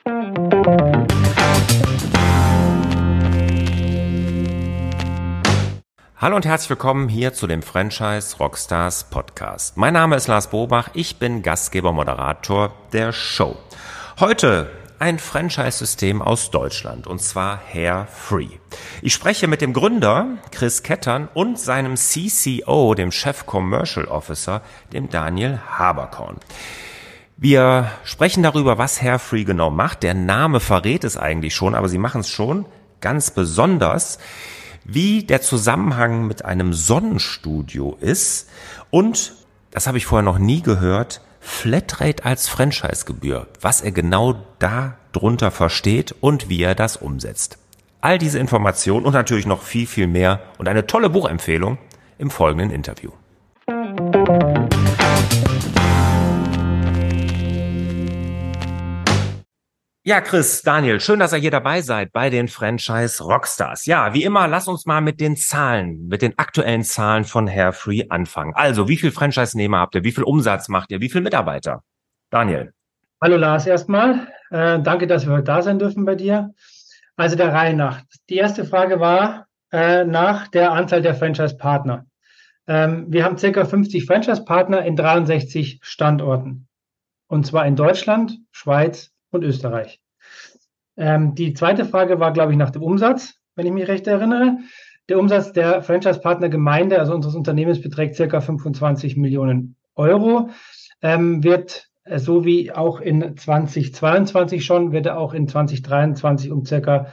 Hallo und herzlich willkommen hier zu dem Franchise Rockstars Podcast. Mein Name ist Lars Bobach, ich bin Gastgeber, Moderator der Show. Heute ein Franchise-System aus Deutschland, und zwar Hair-Free. Ich spreche mit dem Gründer Chris Kettern und seinem CCO, dem Chef Commercial Officer, dem Daniel Haberkorn. Wir sprechen darüber, was Hair-Free genau macht. Der Name verrät es eigentlich schon, aber sie machen es schon ganz besonders, wie der Zusammenhang mit einem Sonnenstudio ist und, das habe ich vorher noch nie gehört, Flatrate als Franchisegebühr, was er genau darunter versteht und wie er das umsetzt. All diese Informationen und natürlich noch viel, viel mehr und eine tolle Buchempfehlung im folgenden Interview. Ja, Chris, Daniel, schön, dass ihr hier dabei seid bei den Franchise Rockstars. Ja, wie immer, lass uns mal mit den Zahlen, mit den aktuellen Zahlen von Hair-Free anfangen. Also, wie viel Franchise-Nehmer habt ihr? Wie viel Umsatz macht ihr? Wie viele Mitarbeiter? Daniel. Hallo Lars, erstmal. Danke, dass wir heute da sein dürfen bei dir. Also der Reihe nach. Die erste Frage war nach der Anzahl der Franchise-Partner. Wir haben circa 50 Franchise-Partner in 63 Standorten. Und zwar in Deutschland, Schweiz und Österreich. Die zweite Frage war, glaube ich, nach dem Umsatz, wenn ich mich recht erinnere. Der Umsatz der Franchise-Partner-Gemeinde, also unseres Unternehmens, beträgt circa 25 Millionen Euro. Wird so wie auch in 2022 schon, wird er auch in 2023 um circa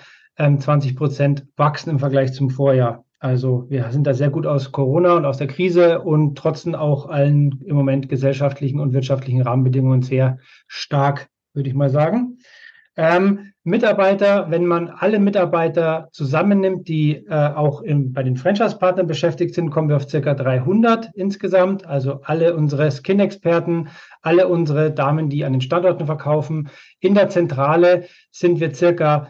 20% wachsen im Vergleich zum Vorjahr. Also wir sind da sehr gut aus Corona und aus der Krise und trotzdem auch allen im Moment gesellschaftlichen und wirtschaftlichen Rahmenbedingungen sehr stark, würde ich mal sagen. Mitarbeiter, wenn man alle Mitarbeiter zusammennimmt, die auch bei den Franchise-Partnern beschäftigt sind, kommen wir auf circa 300 insgesamt. Also alle unsere Skin-Experten, alle unsere Damen, die an den Standorten verkaufen. In der Zentrale sind wir circa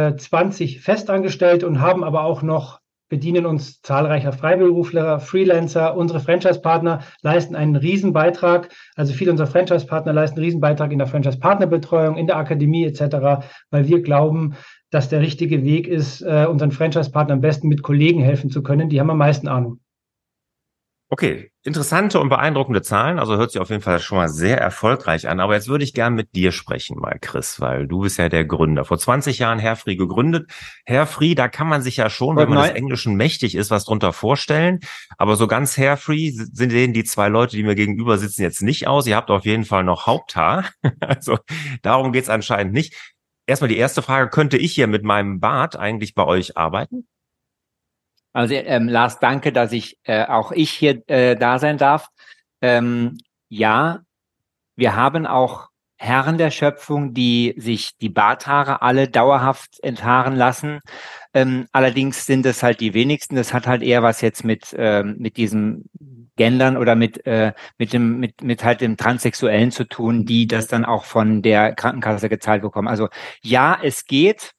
20 festangestellt und haben aber auch noch bedienen uns zahlreicher Freiberufler, Freelancer. Unsere Franchise-Partner leisten einen Riesenbeitrag. Also viele unserer Franchise-Partner leisten einen Riesenbeitrag in der Franchise-Partnerbetreuung, in der Akademie etc., weil wir glauben, dass der richtige Weg ist, unseren Franchise-Partnern am besten mit Kollegen helfen zu können. Die haben am meisten Ahnung. Okay, interessante und beeindruckende Zahlen, also hört sich auf jeden Fall schon mal sehr erfolgreich an. Aber jetzt würde ich gern mit dir sprechen, mal Chris, weil du bist ja der Gründer. Vor 20 Jahren Hair-Free gegründet. Hair-Free, da kann man sich ja schon, wenn man des Englischen mächtig ist, was drunter vorstellen. Aber so ganz Hair-Free sehen die zwei Leute, die mir gegenüber sitzen, jetzt nicht aus. Ihr habt auf jeden Fall noch Haupthaar. Also darum geht's anscheinend nicht. Erstmal die erste Frage, könnte ich hier mit meinem Bart eigentlich bei euch arbeiten? Also Lars, danke, dass auch ich hier da sein darf. Ja, wir haben auch Herren der Schöpfung, die sich die Barthaare alle dauerhaft enthaaren lassen. Allerdings sind es halt die wenigsten. Das hat halt eher was jetzt mit diesem Gendern oder mit halt dem Transsexuellen zu tun, die das dann auch von der Krankenkasse gezahlt bekommen. Also ja, es geht.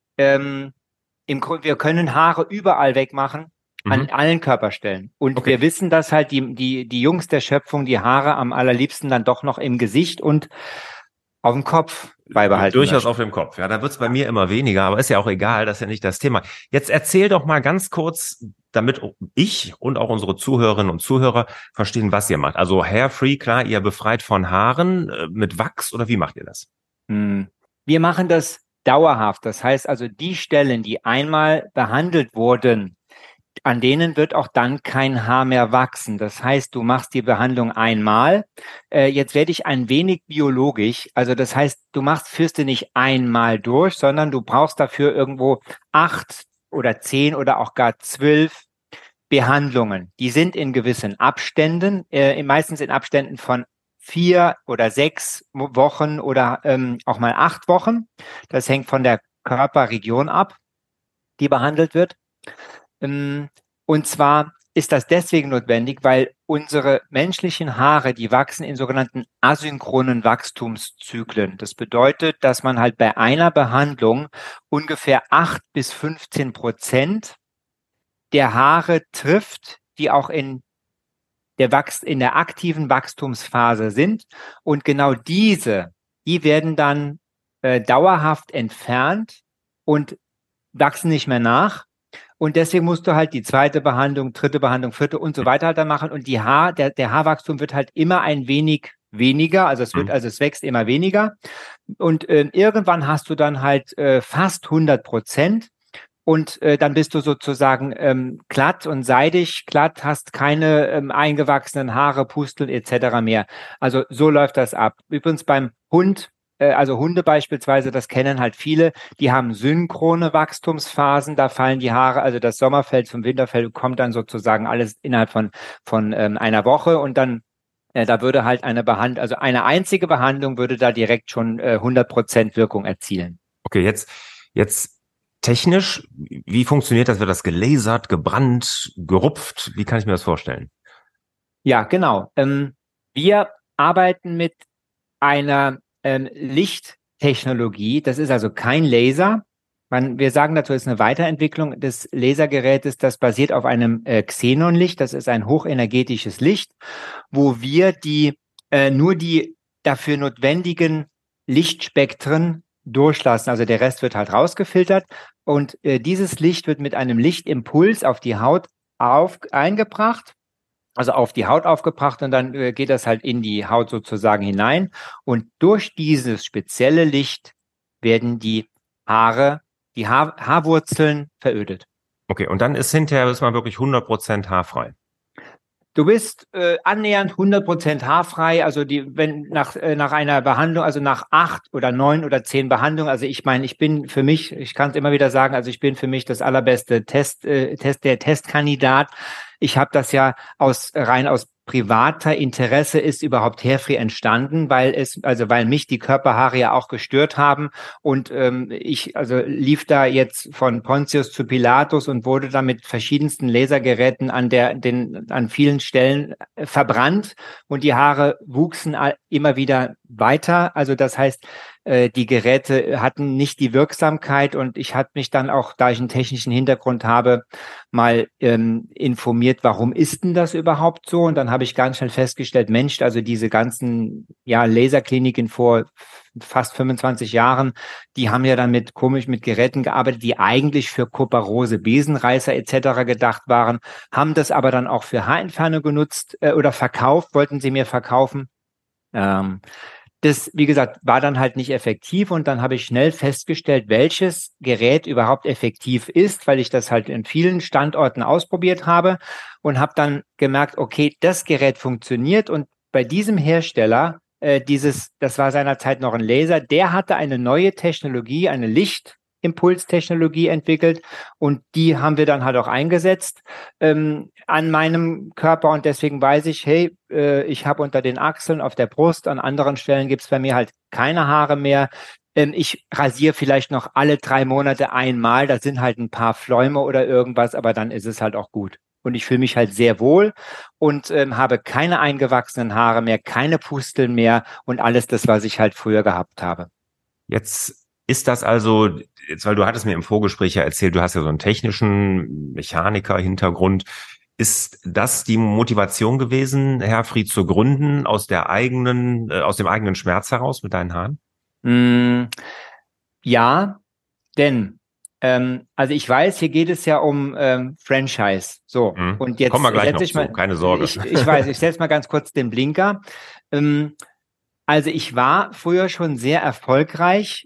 Wir können Haare überall wegmachen, an allen Körperstellen. Und okay, wir wissen, dass halt die Jungs der Schöpfung die Haare am allerliebsten dann doch noch im Gesicht und auf dem Kopf beibehalten. Durchaus auf dem Kopf. Ja, da wird's bei mir immer weniger, aber ist ja auch egal, das ist ja nicht das Thema. Jetzt erzähl doch mal ganz kurz, damit ich und auch unsere Zuhörerinnen und Zuhörer verstehen, was ihr macht. Also Hair-Free, klar, ihr befreit von Haaren mit Wachs oder wie macht ihr das? Wir machen das dauerhaft. Das heißt also, die Stellen, die einmal behandelt wurden, an denen wird auch dann kein Haar mehr wachsen. Das heißt, du machst die Behandlung einmal. Jetzt werde ich ein wenig biologisch. Also das heißt, führst du nicht einmal durch, sondern du brauchst dafür irgendwo 8 oder 10 oder auch gar 12 Behandlungen. Die sind in gewissen Abständen, meistens in Abständen von 4 oder 6 Wochen oder auch mal 8 Wochen. Das hängt von der Körperregion ab, die behandelt wird. Und zwar ist das deswegen notwendig, weil unsere menschlichen Haare, die wachsen in sogenannten asynchronen Wachstumszyklen. Das bedeutet, dass man halt bei einer Behandlung ungefähr 8-15% der Haare trifft, die auch in der aktiven Wachstumsphase sind. Und genau die werden dann dauerhaft entfernt und wachsen nicht mehr nach. Und deswegen musst du halt die zweite Behandlung, dritte Behandlung, vierte und so weiter halt dann machen. Und der Haarwachstum wird halt immer ein wenig weniger. Also es wächst immer weniger. Und irgendwann hast du dann halt fast 100%. Und dann bist du sozusagen glatt und seidig, glatt, hast keine eingewachsenen Haare, Pusteln etc. mehr. Also so läuft das ab. Übrigens beim Hund, also Hunde beispielsweise, das kennen halt viele, die haben synchrone Wachstumsphasen, da fallen die Haare, also das Sommerfell zum Winterfell kommt dann sozusagen alles innerhalb von einer Woche und dann da würde halt also eine einzige Behandlung würde da direkt schon 100% Wirkung erzielen. Okay, jetzt technisch, wie funktioniert das? Wird das gelasert, gebrannt, gerupft? Wie kann ich mir das vorstellen? Ja, genau. Wir arbeiten mit einer Lichttechnologie. Das ist also kein Laser. Wir sagen dazu, es ist eine Weiterentwicklung des Lasergerätes. Das basiert auf einem Xenonlicht. Das ist ein hochenergetisches Licht, wo wir nur die dafür notwendigen Lichtspektren durchlassen. Also der Rest wird halt rausgefiltert. Und dieses Licht wird mit einem Lichtimpuls auf die Haut eingebracht. Also auf die Haut aufgebracht und dann geht das halt in die Haut sozusagen hinein. Und durch dieses spezielle Licht werden die Haarwurzeln verödet. Okay, und dann ist man wirklich 100% haarfrei. Du bist annähernd 100% haarfrei, also wenn nach einer Behandlung, also nach 8 oder 9 oder 10 Behandlungen, also ich meine, ich kann es immer wieder sagen, also ich bin für mich das allerbeste Testkandidat. Ich habe das ja rein aus privater Interesse ist überhaupt Hairfree entstanden, weil mich die Körperhaare ja auch gestört haben und ich lief da jetzt von Pontius zu Pilatus und wurde da mit verschiedensten Lasergeräten an vielen Stellen verbrannt und die Haare wuchsen immer wieder weiter. Also das heißt, die Geräte hatten nicht die Wirksamkeit und ich habe mich dann auch, da ich einen technischen Hintergrund habe, mal informiert, warum ist denn das überhaupt so? Und dann habe ich ganz schnell festgestellt, Mensch, also diese ganzen Laserkliniken vor fast 25 Jahren, die haben ja dann mit Geräten gearbeitet, die eigentlich für Kuparose, Besenreißer etc. gedacht waren, haben das aber dann auch für Haarentfernung genutzt oder wollten sie mir verkaufen. Das, wie gesagt, war dann halt nicht effektiv und dann habe ich schnell festgestellt, welches Gerät überhaupt effektiv ist, weil ich das halt in vielen Standorten ausprobiert habe und habe dann gemerkt, okay, das Gerät funktioniert und bei diesem Hersteller, das war seinerzeit noch ein Laser, der hatte eine neue Technologie, eine Lichtimpulstechnologie entwickelt und die haben wir dann halt auch eingesetzt an meinem Körper und deswegen weiß ich, hey, ich habe unter den Achseln, auf der Brust, an anderen Stellen gibt es bei mir halt keine Haare mehr. Ich rasiere vielleicht noch alle 3 Monate einmal, da sind halt ein paar Fläume oder irgendwas, aber dann ist es halt auch gut. Und ich fühle mich halt sehr wohl und habe keine eingewachsenen Haare mehr, keine Pusteln mehr und alles das, was ich halt früher gehabt habe. Jetzt ist das also, weil du hattest mir im Vorgespräch ja erzählt, du hast ja so einen technischen Mechaniker-Hintergrund. Ist das die Motivation gewesen, Hairfree zu gründen, aus dem eigenen Schmerz heraus mit deinen Haaren? Ja, denn also ich weiß, hier geht es ja um Franchise. So, und jetzt kommen wir gleich noch zu, keine Sorge. Ich weiß, ich setze mal ganz kurz den Blinker. Also ich war früher schon sehr erfolgreich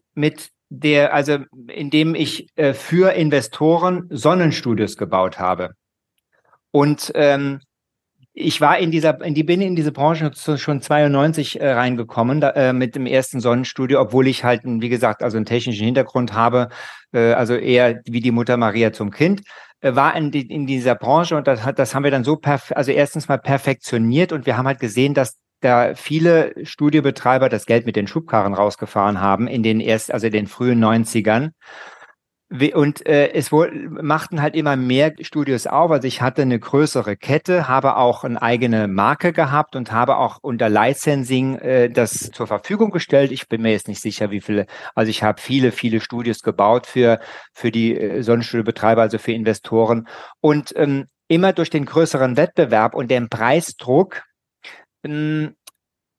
indem ich für Investoren Sonnenstudios gebaut habe. Und ich war bin in diese Branche schon 92 reingekommen mit dem ersten Sonnenstudio, obwohl ich halt, wie gesagt, also einen technischen Hintergrund habe, also eher wie die Mutter Maria zum Kind, war in dieser Branche und das haben wir dann so erstens mal perfektioniert und wir haben halt gesehen, dass da viele Studiobetreiber das Geld mit den Schubkarren rausgefahren haben in den frühen 90ern. Und machten halt immer mehr Studios auf. Also ich hatte eine größere Kette, habe auch eine eigene Marke gehabt und habe auch unter Licensing das zur Verfügung gestellt. Ich bin mir jetzt nicht sicher, wie viele. Also ich habe viele, viele Studios gebaut für die Sonnenstudiobetreiber, also für Investoren. Und immer durch den größeren Wettbewerb und den Preisdruck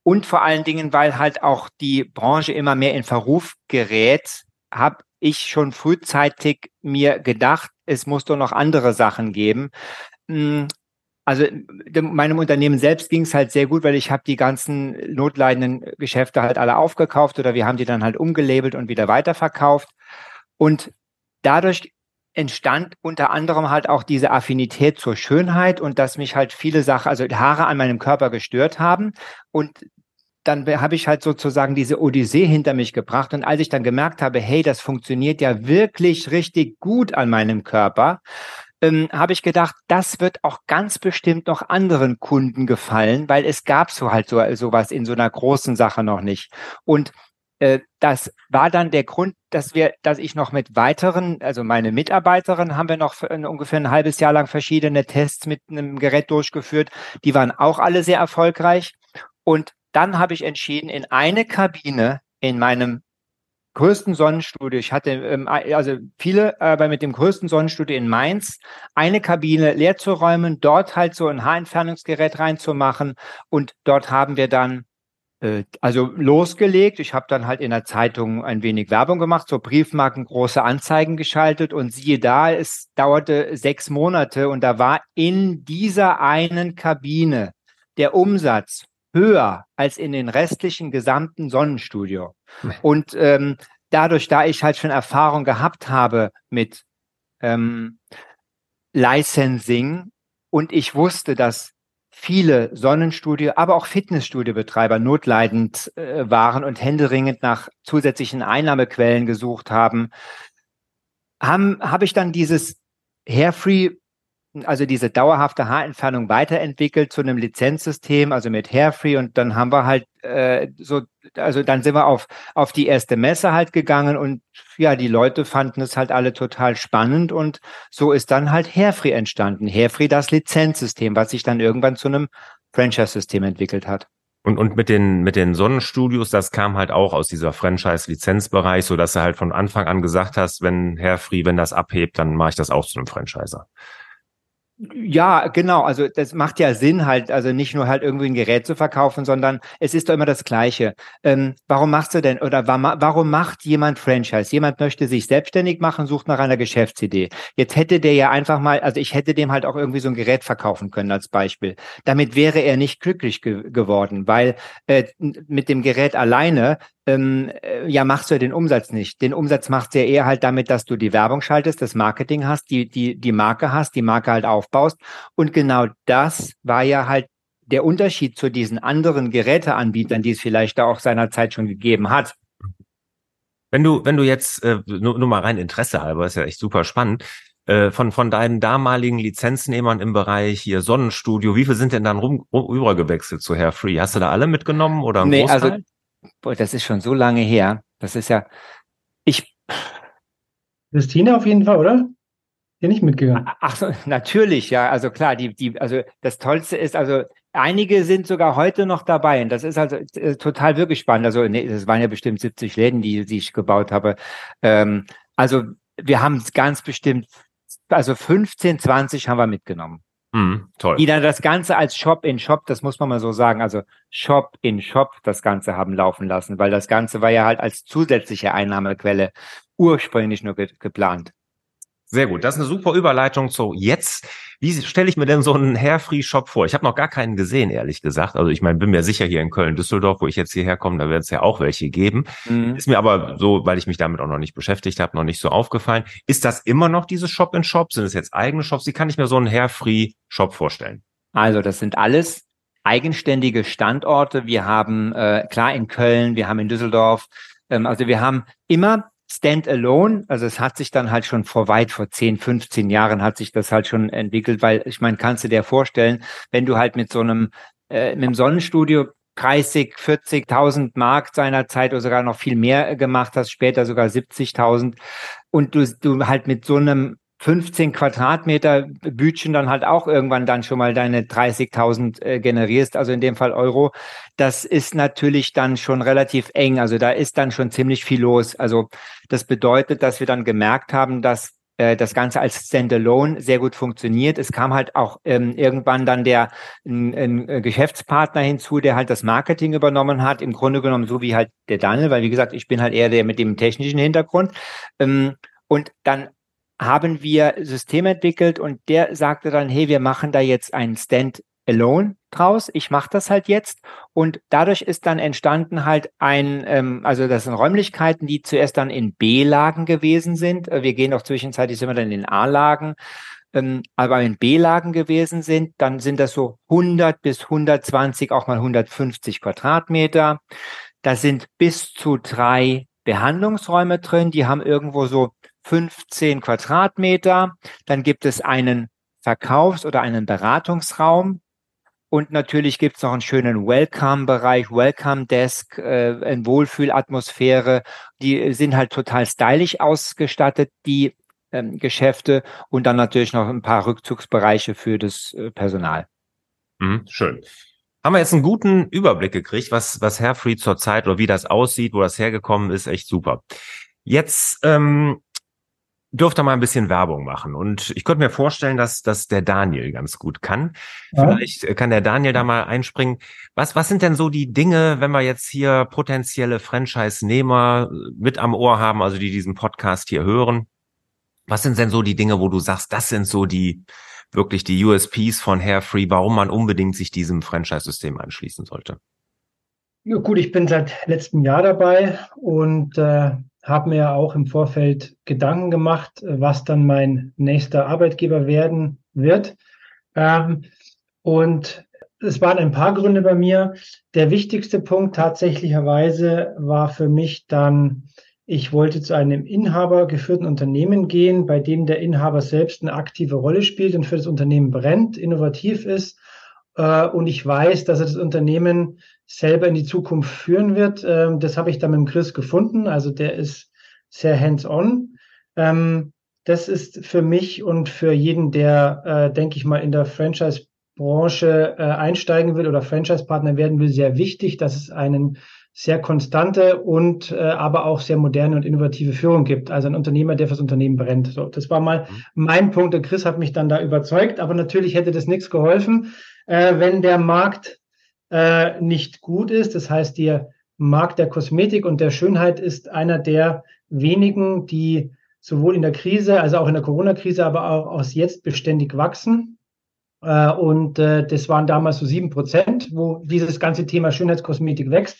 Und vor allen Dingen, weil halt auch die Branche immer mehr in Verruf gerät, habe ich schon frühzeitig mir gedacht, es muss doch noch andere Sachen geben. Also meinem Unternehmen selbst ging es halt sehr gut, weil ich habe die ganzen notleidenden Geschäfte halt alle aufgekauft oder wir haben die dann halt umgelabelt und wieder weiterverkauft. Und dadurch entstand unter anderem halt auch diese Affinität zur Schönheit und dass mich halt viele Sachen, also Haare an meinem Körper gestört haben. Und dann habe ich halt sozusagen diese Odyssee hinter mich gebracht. Und als ich dann gemerkt habe, hey, das funktioniert ja wirklich richtig gut an meinem Körper, habe ich gedacht, das wird auch ganz bestimmt noch anderen Kunden gefallen, weil es gab sowas in so einer großen Sache noch nicht. Und das war dann der Grund, dass ich noch mit weiteren, also meine Mitarbeiterin haben wir noch für ungefähr ein halbes Jahr lang verschiedene Tests mit einem Gerät durchgeführt. Die waren auch alle sehr erfolgreich. Und dann habe ich entschieden, in eine Kabine in meinem größten Sonnenstudio, ich hatte also viele, aber mit dem größten Sonnenstudio in Mainz, eine Kabine leer zu räumen, dort halt so ein Haarentfernungsgerät reinzumachen und dort haben wir dann also losgelegt. Ich habe dann halt in der Zeitung ein wenig Werbung gemacht, so Briefmarken, große Anzeigen geschaltet und siehe da, es dauerte 6 Monate und da war in dieser einen Kabine der Umsatz höher als in den restlichen gesamten Sonnenstudio. Und dadurch, da ich halt schon Erfahrung gehabt habe mit Licensing und ich wusste, dass viele Sonnenstudio, aber auch Fitnessstudiobetreiber notleidend waren und händeringend nach zusätzlichen Einnahmequellen gesucht haben, habe ich dann dieses Hairfree, also diese dauerhafte Haarentfernung weiterentwickelt zu einem Lizenzsystem, also mit Hairfree und dann haben wir halt also dann sind wir auf die erste Messe halt gegangen und ja, die Leute fanden es halt alle total spannend und so ist dann halt Hairfree entstanden. Hairfree, das Lizenzsystem, was sich dann irgendwann zu einem Franchise-System entwickelt hat. Und mit den Sonnenstudios, das kam halt auch aus dieser Franchise-Lizenzbereich, so dass du halt von Anfang an gesagt hast, wenn Hairfree, wenn das abhebt, dann mache ich das auch zu einem Franchiser. Ja, genau. Also das macht ja Sinn halt, also nicht nur halt irgendwie ein Gerät zu verkaufen, sondern es ist doch immer das Gleiche. Warum machst du denn oder warum macht jemand Franchise? Jemand möchte sich selbstständig machen, sucht nach einer Geschäftsidee. Jetzt hätte der ja einfach mal, also ich hätte dem halt auch irgendwie so ein Gerät verkaufen können als Beispiel. Damit wäre er nicht glücklich geworden, weil mit dem Gerät alleine ja, machst du ja den Umsatz nicht. Den Umsatz machst du ja eher halt damit, dass du die Werbung schaltest, das Marketing hast, die Marke hast, die Marke halt aufbaust. Und genau das war ja halt der Unterschied zu diesen anderen Geräteanbietern, die es vielleicht da auch seinerzeit schon gegeben hat. Wenn du jetzt, nur mal rein Interesse halber, ist ja echt super spannend, von deinen damaligen Lizenznehmern im Bereich hier Sonnenstudio, wie viel sind denn dann rübergewechselt zu Hairfree? Hast du da alle mitgenommen oder einen Großteil? Also boah, das ist schon so lange her. Das ist ja, Christine auf jeden Fall, oder? Bin ich mitgegangen. Ach so, natürlich, ja. Also klar, also das Tollste ist, also einige sind sogar heute noch dabei und das ist also total wirklich spannend. Also nee, das waren ja bestimmt 70 Läden, die ich gebaut habe. Also wir haben es ganz bestimmt, also 15, 20 haben wir mitgenommen. Toll. Die dann das Ganze als Shop-in-Shop, das muss man mal so sagen, also Shop-in-Shop das Ganze haben laufen lassen, weil das Ganze war ja halt als zusätzliche Einnahmequelle ursprünglich nur geplant. Sehr gut, das ist eine super Überleitung zu jetzt. Wie stelle ich mir denn so einen Hairfree-Shop vor? Ich habe noch gar keinen gesehen, ehrlich gesagt. Also ich meine, bin mir sicher, hier in Köln, Düsseldorf, wo ich jetzt hierher komme, da wird es ja auch welche geben. Ist mir aber so, weil ich mich damit auch noch nicht beschäftigt habe, noch nicht so aufgefallen. Ist das immer noch dieses Shop-in-Shop? Sind es jetzt eigene Shops? Wie kann ich mir so einen Hairfree-Shop vorstellen? Also das sind alles eigenständige Standorte. Wir haben klar in Köln, wir haben in Düsseldorf. Also wir haben immer Standalone, also es hat sich dann halt schon vor 10, 15 Jahren hat sich das halt schon entwickelt, weil ich meine, kannst du dir vorstellen, wenn du halt mit so einem, mit einem Sonnenstudio 30, 40.000 Mark seinerzeit oder sogar noch viel mehr gemacht hast, später sogar 70.000 und du halt mit so einem 15 Quadratmeter Bütchen dann halt auch irgendwann dann schon mal deine 30.000 generierst, also in dem Fall Euro. Das ist natürlich dann schon relativ eng. Also da ist dann schon ziemlich viel los. Also das bedeutet, dass wir dann gemerkt haben, dass das Ganze als Standalone sehr gut funktioniert. Es kam halt auch irgendwann dann ein Geschäftspartner hinzu, der halt das Marketing übernommen hat, im Grunde genommen so wie halt der Daniel, weil wie gesagt, ich bin halt eher der mit dem technischen Hintergrund. Und dann haben wir System entwickelt und der sagte dann, hey, wir machen da jetzt ein Standalone draus. Ich mache das halt jetzt. Und dadurch ist dann entstanden halt also das sind Räumlichkeiten, die zuerst dann in B-Lagen gewesen sind. Wir gehen auch zwischenzeitlich sind wir dann in A-Lagen. Aber in B-Lagen gewesen sind, dann sind das so 100 bis 120, auch mal 150 Quadratmeter. Da sind bis zu 3 Behandlungsräume drin, die haben irgendwo so 15 Quadratmeter. Dann gibt es einen Verkaufs- oder einen Beratungsraum. Und natürlich gibt es noch einen schönen Welcome-Bereich, Welcome-Desk, eine Wohlfühlatmosphäre. Die sind halt total stylisch ausgestattet, die Geschäfte. Und dann natürlich noch ein paar Rückzugsbereiche für das Personal. Schön. Haben wir jetzt einen guten Überblick gekriegt, was Hairfree zurzeit oder wie das aussieht, wo das hergekommen ist, echt super. Jetzt dürft ihr mal ein bisschen Werbung machen. Und ich könnte mir vorstellen, dass das der Daniel ganz gut kann. Ja. Vielleicht kann der Daniel da mal einspringen. Was sind denn so die Dinge, wenn wir jetzt hier potenzielle Franchise-Nehmer mit am Ohr haben, also die diesen Podcast hier hören? Was sind denn so die Dinge, wo du sagst, das sind so wirklich die USPs von Hairfree, warum man unbedingt sich diesem Franchise-System anschließen sollte? Ja, gut, ich bin seit letztem Jahr dabei und habe mir auch im Vorfeld Gedanken gemacht, was dann mein nächster Arbeitgeber werden wird. Und es waren ein paar Gründe bei mir. Der wichtigste Punkt tatsächlicherweise war für mich dann, ich wollte zu einem inhabergeführten Unternehmen gehen, bei dem der Inhaber selbst eine aktive Rolle spielt und für das Unternehmen brennt, innovativ ist. Und ich weiß, dass er das Unternehmen selber in die Zukunft führen wird. Das habe ich dann mit dem Chris gefunden. Also der ist sehr hands-on. Das ist für mich und für jeden, der, denke ich mal, in der Franchise-Branche einsteigen will oder Franchise-Partner werden will, sehr wichtig, dass es einen sehr konstante und aber auch sehr moderne und innovative Führung gibt. Also ein Unternehmer, der fürs Unternehmen brennt. So, das war mal mein Punkt. Der Chris hat mich dann da überzeugt, aber natürlich hätte das nichts geholfen, wenn der Markt nicht gut ist. Das heißt, der Markt der Kosmetik und der Schönheit ist einer der wenigen, die sowohl in der Krise, also auch in der Corona-Krise, aber auch aus jetzt beständig wachsen. Und das waren damals so 7%, wo dieses ganze Thema Schönheitskosmetik wächst.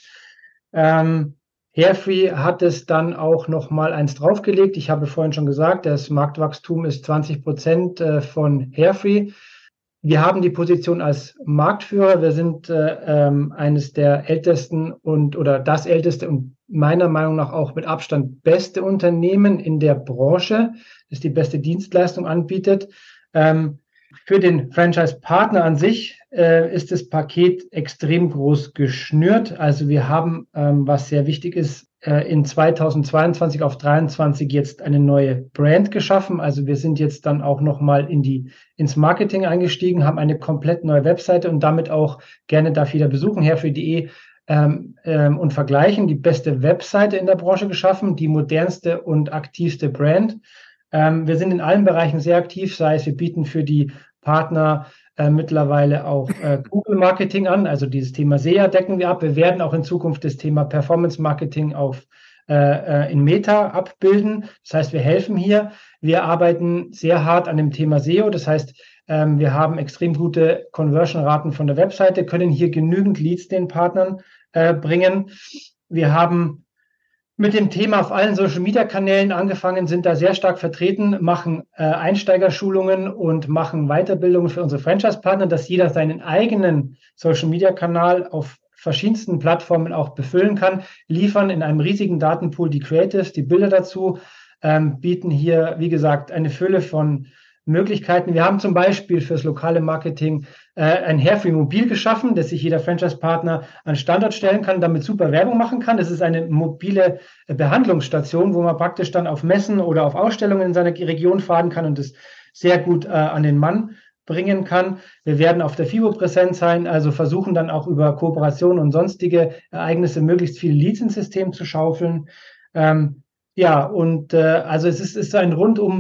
Hairfree hat es dann auch noch mal eins draufgelegt. Ich habe vorhin schon gesagt, das Marktwachstum ist 20% von Hairfree. Wir haben die Position als Marktführer. Wir sind eines der ältesten oder das älteste und meiner Meinung nach auch mit Abstand beste Unternehmen in der Branche, das die beste Dienstleistung anbietet. Für den Franchise-Partner an sich ist das Paket extrem groß geschnürt. Also wir haben, was sehr wichtig ist, in 2022 auf 2023 jetzt eine neue Brand geschaffen. Also wir sind jetzt dann auch nochmal ins Marketing eingestiegen, haben eine komplett neue Webseite und damit auch gerne darf jeder besuchen, hairfree.de und vergleichen, die beste Webseite in der Branche geschaffen, die modernste und aktivste Brand. Wir sind in allen Bereichen sehr aktiv, sei es wir bieten für die Partner mittlerweile auch Google Marketing an, also dieses Thema SEA decken wir ab. Wir werden auch in Zukunft das Thema Performance Marketing in Meta abbilden. Das heißt, wir helfen hier. Wir arbeiten sehr hart an dem Thema SEO. Das heißt, wir haben extrem gute Conversion-Raten von der Webseite, können hier genügend Leads den Partnern bringen. Wir haben mit dem Thema auf allen Social-Media-Kanälen angefangen, sind da sehr stark vertreten, machen Einsteigerschulungen und machen Weiterbildungen für unsere Franchise-Partner, dass jeder seinen eigenen Social-Media-Kanal auf verschiedensten Plattformen auch befüllen kann, liefern in einem riesigen Datenpool die Creatives, die Bilder dazu, bieten hier, wie gesagt, eine Fülle von Möglichkeiten. Wir haben zum Beispiel fürs lokale Marketing ein Hairfree Mobil geschaffen, das sich jeder Franchise-Partner an Standort stellen kann, damit super Werbung machen kann. Das ist eine mobile Behandlungsstation, wo man praktisch dann auf Messen oder auf Ausstellungen in seiner Region fahren kann und das sehr gut an den Mann bringen kann. Wir werden auf der FIBO präsent sein, also versuchen dann auch über Kooperationen und sonstige Ereignisse möglichst viele Leads ins System zu schaufeln. Also es ist ein rundum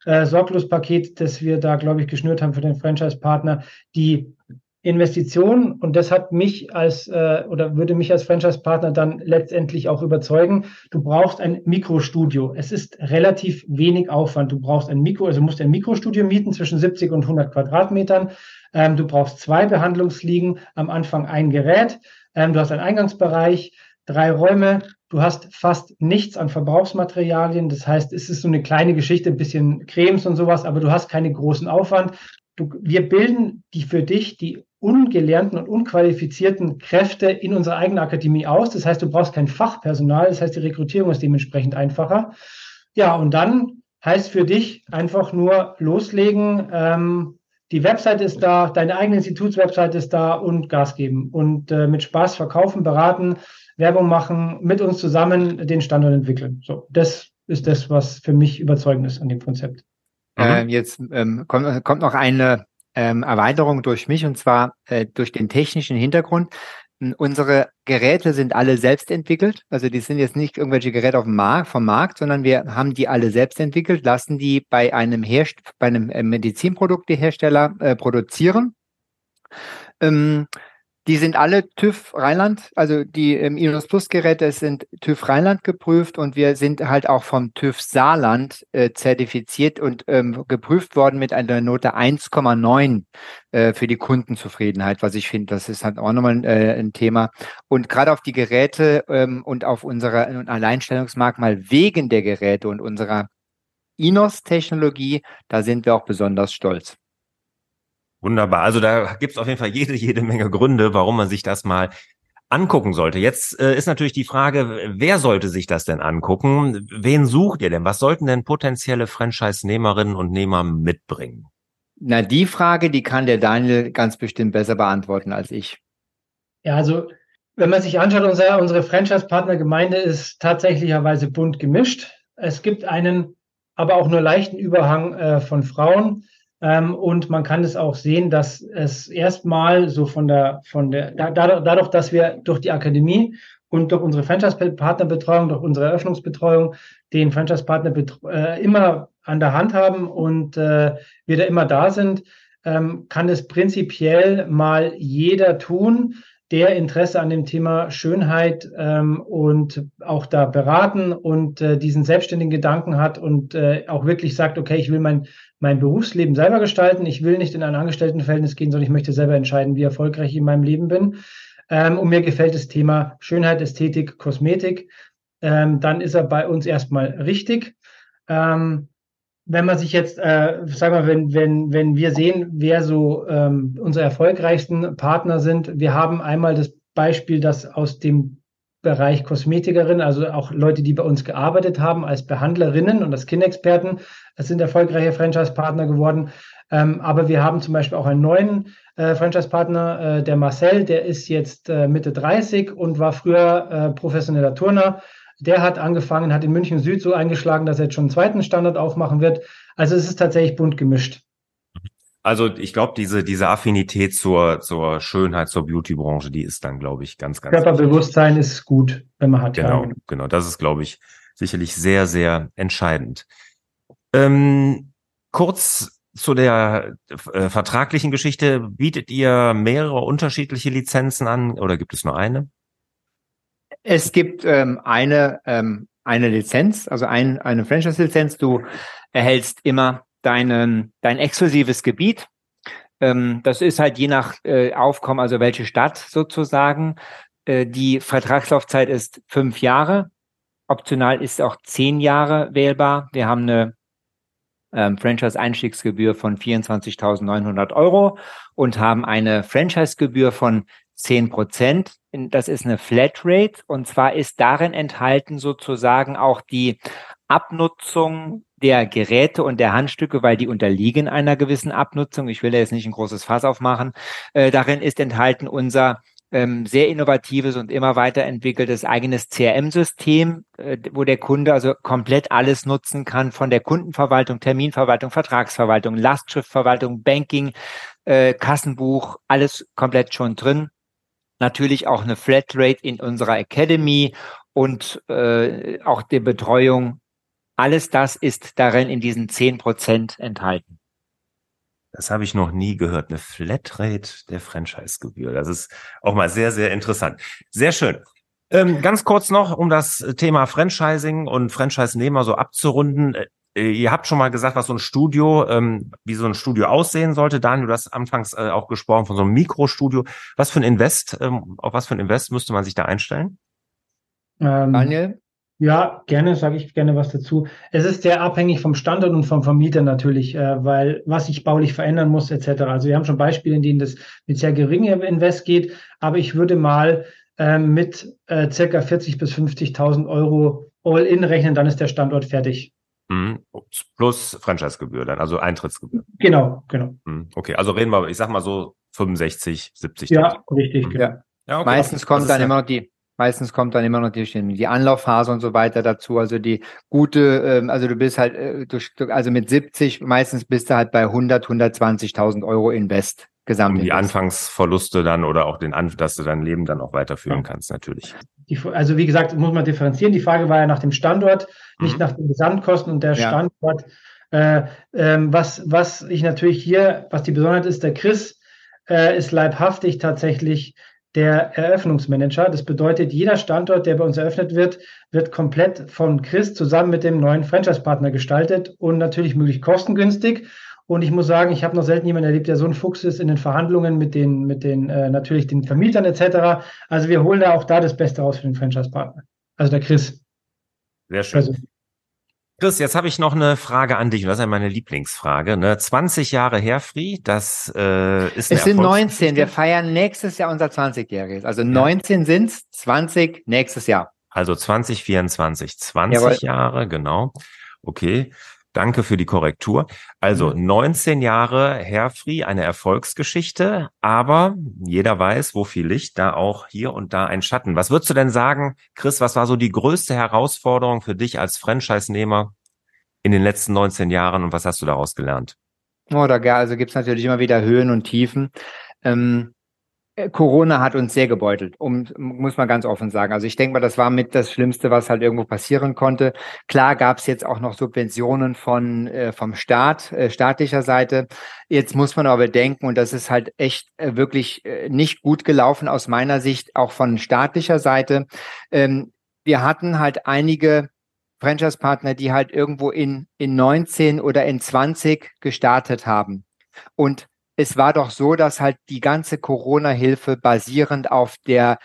Sorglospaket, das wir da, glaube ich, geschnürt haben für den Franchise-Partner, die Investition, und das hat mich oder würde mich als Franchise-Partner dann letztendlich auch überzeugen. Du brauchst ein Mikrostudio. Es ist relativ wenig Aufwand. Du brauchst also musst ein Mikrostudio mieten zwischen 70 und 100 Quadratmetern. Du brauchst 2 Behandlungsliegen, am Anfang ein Gerät. Du hast einen Eingangsbereich, 3 Räume. Du hast fast nichts an Verbrauchsmaterialien. Das heißt, es ist so eine kleine Geschichte, ein bisschen Cremes und sowas, aber du hast keinen großen Aufwand. Wir bilden für dich die ungelernten und unqualifizierten Kräfte in unserer eigenen Akademie aus. Das heißt, du brauchst kein Fachpersonal. Das heißt, die Rekrutierung ist dementsprechend einfacher. Ja, und dann heißt für dich einfach nur loslegen. Die Website ist da, deine eigene Institutswebsite ist da und Gas geben. Und mit Spaß verkaufen, beraten, Werbung machen, mit uns zusammen den Standort entwickeln. So, das ist das, was für mich überzeugend ist an dem Konzept. Jetzt kommt noch eine Erweiterung durch mich, und zwar durch den technischen Hintergrund. Unsere Geräte sind alle selbst entwickelt, also die sind jetzt nicht irgendwelche Geräte vom Markt, sondern wir haben die alle selbst entwickelt, lassen die bei einem Medizinproduktehersteller produzieren. Die sind alle TÜV Rheinland, also die Inos Plus Geräte sind TÜV Rheinland geprüft, und wir sind halt auch vom TÜV Saarland zertifiziert und geprüft worden mit einer Note 1,9 für die Kundenzufriedenheit, was ich finde, das ist halt auch nochmal ein Thema. Und gerade auf die Geräte und auf unser Alleinstellungsmerkmal wegen der Geräte und unserer Inos-Technologie, da sind wir auch besonders stolz. Wunderbar. Also da gibt's auf jeden Fall jede Menge Gründe, warum man sich das mal angucken sollte. Jetzt ist natürlich die Frage, wer sollte sich das denn angucken? Wen sucht ihr denn? Was sollten denn potenzielle Franchise-Nehmerinnen und Nehmer mitbringen? Na, die Frage, die kann der Daniel ganz bestimmt besser beantworten als ich. Ja, also wenn man sich anschaut, unsere Franchise-Partner-Gemeinde ist tatsächlicherweise bunt gemischt. Es gibt einen, aber auch nur leichten Überhang von Frauen. Und man kann es auch sehen, dass es erstmal so dadurch, dass wir durch die Akademie und durch unsere Franchise-Partnerbetreuung, durch unsere Eröffnungsbetreuung den Franchise-Partner immer an der Hand haben und wir da immer da sind, kann es prinzipiell mal jeder tun, der Interesse an dem Thema Schönheit und auch da beraten und diesen selbstständigen Gedanken hat und auch wirklich sagt, okay, ich will mein Berufsleben selber gestalten, ich will nicht in ein Angestelltenverhältnis gehen, sondern ich möchte selber entscheiden, wie erfolgreich ich in meinem Leben bin. Und mir gefällt das Thema Schönheit, Ästhetik, Kosmetik. Dann ist er bei uns erstmal richtig. Wenn man sich jetzt, sagen wir, wenn wir sehen, wer so unsere erfolgreichsten Partner sind, wir haben einmal das Beispiel, dass aus dem Bereich Kosmetikerin, also auch Leute, die bei uns gearbeitet haben als Behandlerinnen und als Skin-Experten, das sind erfolgreiche Franchise-Partner geworden. Aber wir haben zum Beispiel auch einen neuen Franchise-Partner, der Marcel, der ist jetzt Mitte 30 und war früher professioneller Turner. Der hat angefangen, hat in München Süd so eingeschlagen, dass er jetzt schon einen zweiten Standort aufmachen wird. Also es ist tatsächlich bunt gemischt. Also ich glaube, diese Affinität zur Schönheit, zur Beauty-Branche, die ist dann, glaube ich, ganz Körperbewusstsein ist gut, wenn man hat. Genau. Das ist, glaube ich, sicherlich sehr, sehr entscheidend. Kurz zu der vertraglichen Geschichte. Bietet ihr mehrere unterschiedliche Lizenzen an oder gibt es nur eine? Es gibt eine Lizenz, also eine Franchise-Lizenz. Du erhältst immer dein exklusives Gebiet. Das ist halt je nach Aufkommen, also welche Stadt sozusagen. Die Vertragslaufzeit ist 5 Jahre. Optional ist auch 10 Jahre wählbar. Wir haben eine Franchise-Einstiegsgebühr von 24.900 € und haben eine Franchise-Gebühr von 10%. Das ist eine Flatrate, und zwar ist darin enthalten sozusagen auch die Abnutzung der Geräte und der Handstücke, weil die unterliegen einer gewissen Abnutzung. Ich will da jetzt nicht ein großes Fass aufmachen. Darin ist enthalten unser sehr innovatives und immer weiterentwickeltes eigenes CRM-System, wo der Kunde also komplett alles nutzen kann, von der Kundenverwaltung, Terminverwaltung, Vertragsverwaltung, Lastschriftverwaltung, Banking, Kassenbuch, alles komplett schon drin. Natürlich auch eine Flatrate in unserer Academy und auch die Betreuung Alles das ist darin in diesen 10% enthalten. Das habe ich noch nie gehört. Eine Flatrate der Franchise-Gebühr. Das ist auch mal sehr, sehr interessant. Sehr schön. Ganz kurz noch, um das Thema Franchising und Franchise-Nehmer so abzurunden. Ihr habt schon mal gesagt, was so ein Studio, wie so ein Studio aussehen sollte. Daniel, du hast anfangs auch gesprochen von so einem Mikrostudio. Was für ein Invest, auf was für ein Invest müsste man sich da einstellen? Daniel? Ja, gerne, sage ich gerne was dazu. Es ist sehr abhängig vom Standort und vom Vermieter natürlich, weil was sich baulich verändern muss, etc. Also wir haben schon Beispiele, in denen das mit sehr geringem Invest geht, aber ich würde mal mit circa 40.000 bis 50.000 Euro All-in rechnen, dann ist der Standort fertig. Plus Franchise-Gebühr dann, also Eintrittsgebühr. Genau. Okay, also reden wir, ich sag mal so 65, 70.000. Ja, richtig, genau. Ja, okay. Meistens kommt dann immer noch die Anlaufphase und so weiter dazu. Also die gute, also du bist halt also mit 70 meistens bist du halt bei 120.000 Euro Invest. Um die Anfangsverluste dann oder auch dass du dein Leben dann auch weiterführen kannst, natürlich. Also wie gesagt, muss man differenzieren. Die Frage war ja nach dem Standort, nicht nach den Gesamtkosten und der Standort. Was ich natürlich hier, was die Besonderheit ist, der Chris ist leibhaftig tatsächlich der Eröffnungsmanager. Das bedeutet, jeder Standort, der bei uns eröffnet wird, wird komplett von Chris zusammen mit dem neuen Franchise-Partner gestaltet und natürlich möglichst kostengünstig. Und ich muss sagen, ich habe noch selten jemanden erlebt, der so ein Fuchs ist in den Verhandlungen mit den natürlich den Vermietern etc. Also wir holen da auch das Beste raus für den Franchise-Partner. Also der Chris. Sehr schön. Also, Chris, jetzt habe ich noch eine Frage an dich. Und das ist ja meine Lieblingsfrage. Ne? 20 Jahre Herfree, das ist eine Es sind 19. Wir feiern nächstes Jahr unser 20-Jähriges. Also 19 sind's, 20 nächstes Jahr. Also 2024, 20 Jahre, genau. Okay. Danke für die Korrektur. Also 19 Jahre Herfree, eine Erfolgsgeschichte, aber jeder weiß, wo viel Licht, da auch hier und da ein Schatten. Was würdest du denn sagen, Chris, was war so die größte Herausforderung für dich als Franchise-Nehmer in den letzten 19 Jahren und was hast du daraus gelernt? Also gibt's natürlich immer wieder Höhen und Tiefen. Corona hat uns sehr gebeutelt, muss man ganz offen sagen. Also ich denke mal, das war mit das Schlimmste, was halt irgendwo passieren konnte. Klar gab es jetzt auch noch Subventionen vom Staat, staatlicher Seite. Jetzt muss man aber bedenken, und das ist halt echt wirklich nicht gut gelaufen aus meiner Sicht, auch von staatlicher Seite. Wir hatten halt einige Franchise-Partner, die halt irgendwo in 19 oder in 20 gestartet haben. Und es war doch so, dass halt die ganze Corona-Hilfe basierend auf den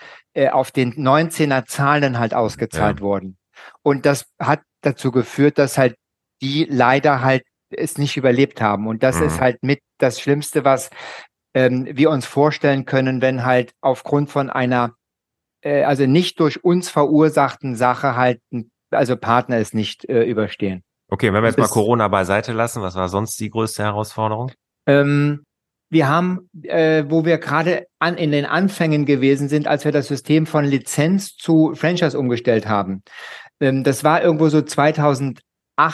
19er Zahlen halt ausgezahlt wurden. Und das hat dazu geführt, dass halt die leider halt es nicht überlebt haben. Und das ist halt mit das Schlimmste, was wir uns vorstellen können, wenn halt aufgrund von einer, also nicht durch uns verursachten Sache halt, also Partner es nicht überstehen. Okay, wenn wir jetzt mal Corona beiseite lassen, was war sonst die größte Herausforderung? Wir haben, wo wir gerade in den Anfängen gewesen sind, als wir das System von Lizenz zu Franchise umgestellt haben. Das war irgendwo so 2008,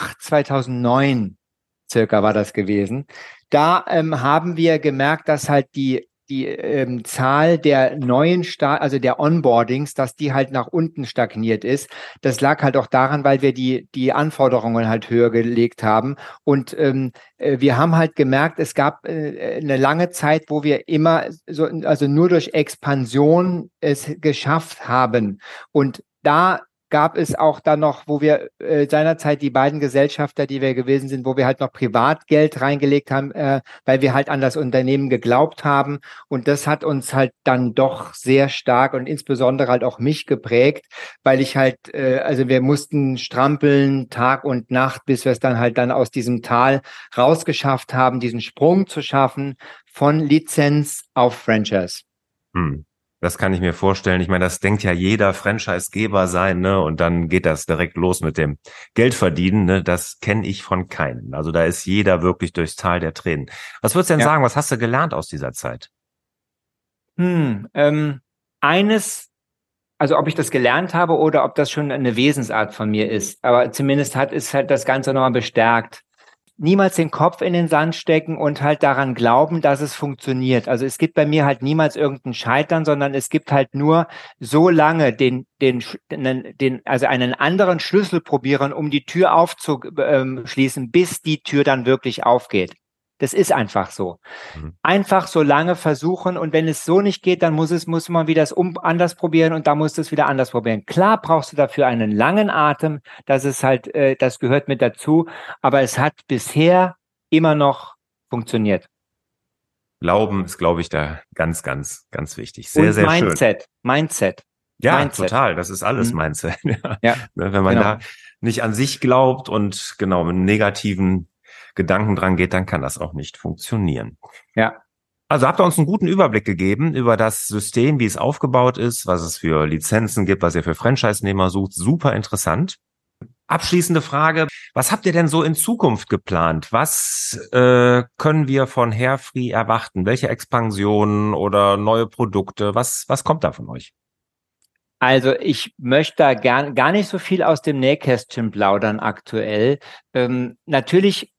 2009 circa war das gewesen. Da haben wir gemerkt, dass halt die Zahl der neuen also der Onboardings, dass die halt nach unten stagniert ist. Das lag halt auch daran, weil wir die Anforderungen halt höher gelegt haben. Und wir haben halt gemerkt, es gab eine lange Zeit, wo wir immer also nur durch Expansion es geschafft haben. Und da gab es auch dann noch, wo wir seinerzeit die beiden Gesellschafter, die wir gewesen sind, wo wir halt noch Privatgeld reingelegt haben, weil wir halt an das Unternehmen geglaubt haben. Und das hat uns halt dann doch sehr stark und insbesondere halt auch mich geprägt, weil ich halt, also wir mussten strampeln Tag und Nacht, bis wir es dann halt dann aus diesem Tal rausgeschafft haben, diesen Sprung zu schaffen von Lizenz auf Franchise. Das kann ich mir vorstellen. Ich meine, das denkt ja jeder Franchise-Geber sein, ne? Und dann geht das direkt los mit dem Geldverdienen, ne? Das kenne ich von keinem. Also da ist jeder wirklich durchs Tal der Tränen. Was würdest du denn sagen? Was hast du gelernt aus dieser Zeit? Eines, also ob ich das gelernt habe oder ob das schon eine Wesensart von mir ist. Aber zumindest ist halt das Ganze nochmal bestärkt. niemals den Kopf in den Sand stecken und halt daran glauben, dass es funktioniert. Also es gibt bei mir halt niemals irgendein Scheitern, sondern es gibt halt nur so lange also einen anderen Schlüssel probieren, um die Tür aufzuschließen, bis die Tür dann wirklich aufgeht. Das ist einfach so. Einfach so lange versuchen, und wenn es so nicht geht, dann muss man wieder anders probieren und da muss es wieder anders probieren. Klar brauchst du dafür einen langen Atem, das ist halt, das gehört mit dazu, aber es hat bisher immer noch funktioniert. Glauben ist, glaube ich, da ganz, ganz, ganz wichtig. Sehr, und sehr schön. Mindset. Ja, Mindset. Total. Das ist alles Mindset. Ja, wenn man da nicht an sich glaubt und genau mit einem negativen Gedanken dran geht, dann kann das auch nicht funktionieren. Ja. Also habt ihr uns einen guten Überblick gegeben über das System, wie es aufgebaut ist, was es für Lizenzen gibt, was ihr für Franchise-Nehmer sucht. Super interessant. Abschließende Frage. Was habt ihr denn so in Zukunft geplant? Was können wir von Hairfree erwarten? Welche Expansionen oder neue Produkte? Was kommt da von euch? Also ich möchte da gar nicht so viel aus dem Nähkästchen plaudern aktuell. Natürlich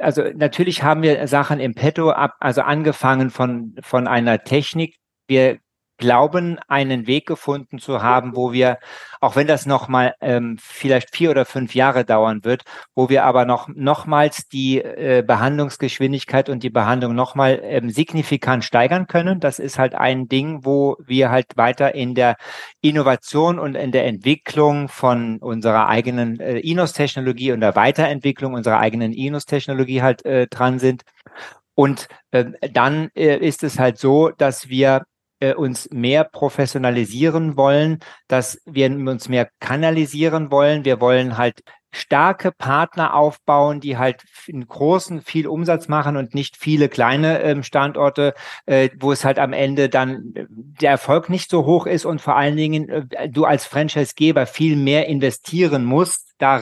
haben wir Sachen im Petto also angefangen von einer Technik. Wir glauben, einen Weg gefunden zu haben, wo wir, auch wenn das nochmal vielleicht 4 oder 5 Jahre dauern wird, wo wir aber nochmals die Behandlungsgeschwindigkeit und die Behandlung nochmal signifikant steigern können. Das ist halt ein Ding, wo wir halt weiter in der Innovation und in der Entwicklung von unserer eigenen Inos-Technologie und der Weiterentwicklung unserer eigenen Inos-Technologie halt dran sind. Und dann ist es halt so, dass wir uns mehr professionalisieren wollen, dass wir uns mehr kanalisieren wollen. Wir wollen halt starke Partner aufbauen, die halt einen großen, viel Umsatz machen und nicht viele kleine Standorte, wo es halt am Ende dann der Erfolg nicht so hoch ist und vor allen Dingen du als Franchisegeber viel mehr investieren musst da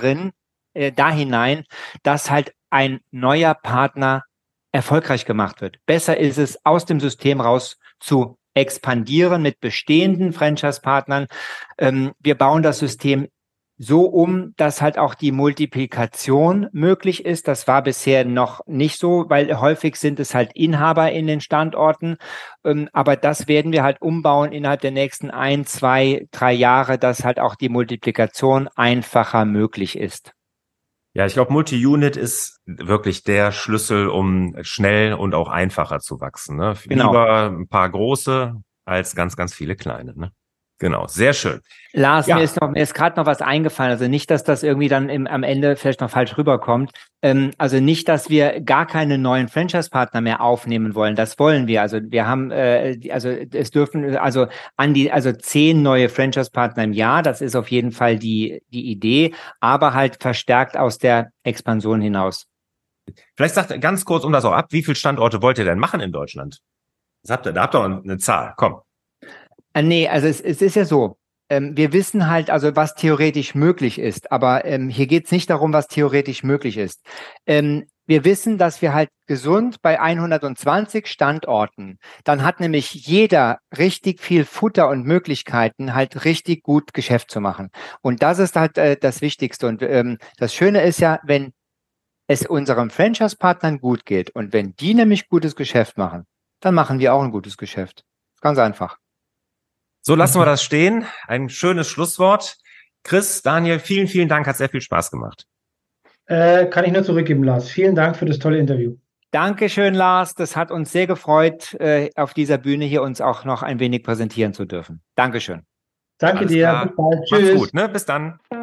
hinein, dass halt ein neuer Partner erfolgreich gemacht wird. Besser ist es, aus dem System raus zu expandieren mit bestehenden Franchise-Partnern. Wir bauen das System so um, dass halt auch die Multiplikation möglich ist. Das war bisher noch nicht so, weil häufig sind es halt Inhaber in den Standorten. Aber das werden wir halt umbauen innerhalb der nächsten 1, 2, 3 Jahre, dass halt auch die Multiplikation einfacher möglich ist. Ja, ich glaube, Multi-Unit ist wirklich der Schlüssel, um schnell und auch einfacher zu wachsen. Ne? Genau. Lieber ein paar große als ganz, ganz viele kleine. Ne? Genau, sehr schön. Lars, mir ist gerade noch was eingefallen. Also nicht, dass das irgendwie dann am Ende vielleicht noch falsch rüberkommt. Also nicht, dass wir gar keine neuen Franchise-Partner mehr aufnehmen wollen. Das wollen wir. Also wir haben, es dürfen 10 neue Franchise-Partner im Jahr. Das ist auf jeden Fall die Idee, aber halt verstärkt aus der Expansion hinaus. Vielleicht sagt ganz kurz, um das auch ab, wie viele Standorte wollt ihr denn machen in Deutschland? Da habt ihr doch eine Zahl. Komm. Nee, also es ist ja so. Wir wissen halt, also was theoretisch möglich ist, aber hier geht es nicht darum, was theoretisch möglich ist. Wir wissen, dass wir halt gesund bei 120 Standorten, dann hat nämlich jeder richtig viel Futter und Möglichkeiten, halt richtig gut Geschäft zu machen. Und das ist halt das Wichtigste. Und das Schöne ist ja, wenn es unseren Franchise-Partnern gut geht und wenn die nämlich gutes Geschäft machen, dann machen wir auch ein gutes Geschäft. Ganz einfach. So lassen wir das stehen. Ein schönes Schlusswort. Chris, Daniel, vielen, vielen Dank. Hat sehr viel Spaß gemacht. Kann ich nur zurückgeben, Lars. Vielen Dank für das tolle Interview. Dankeschön, Lars. Das hat uns sehr gefreut, auf dieser Bühne hier uns auch noch ein wenig präsentieren zu dürfen. Dankeschön. Danke dir. Bis bald. Tschüss. Macht's gut, ne? Bis dann.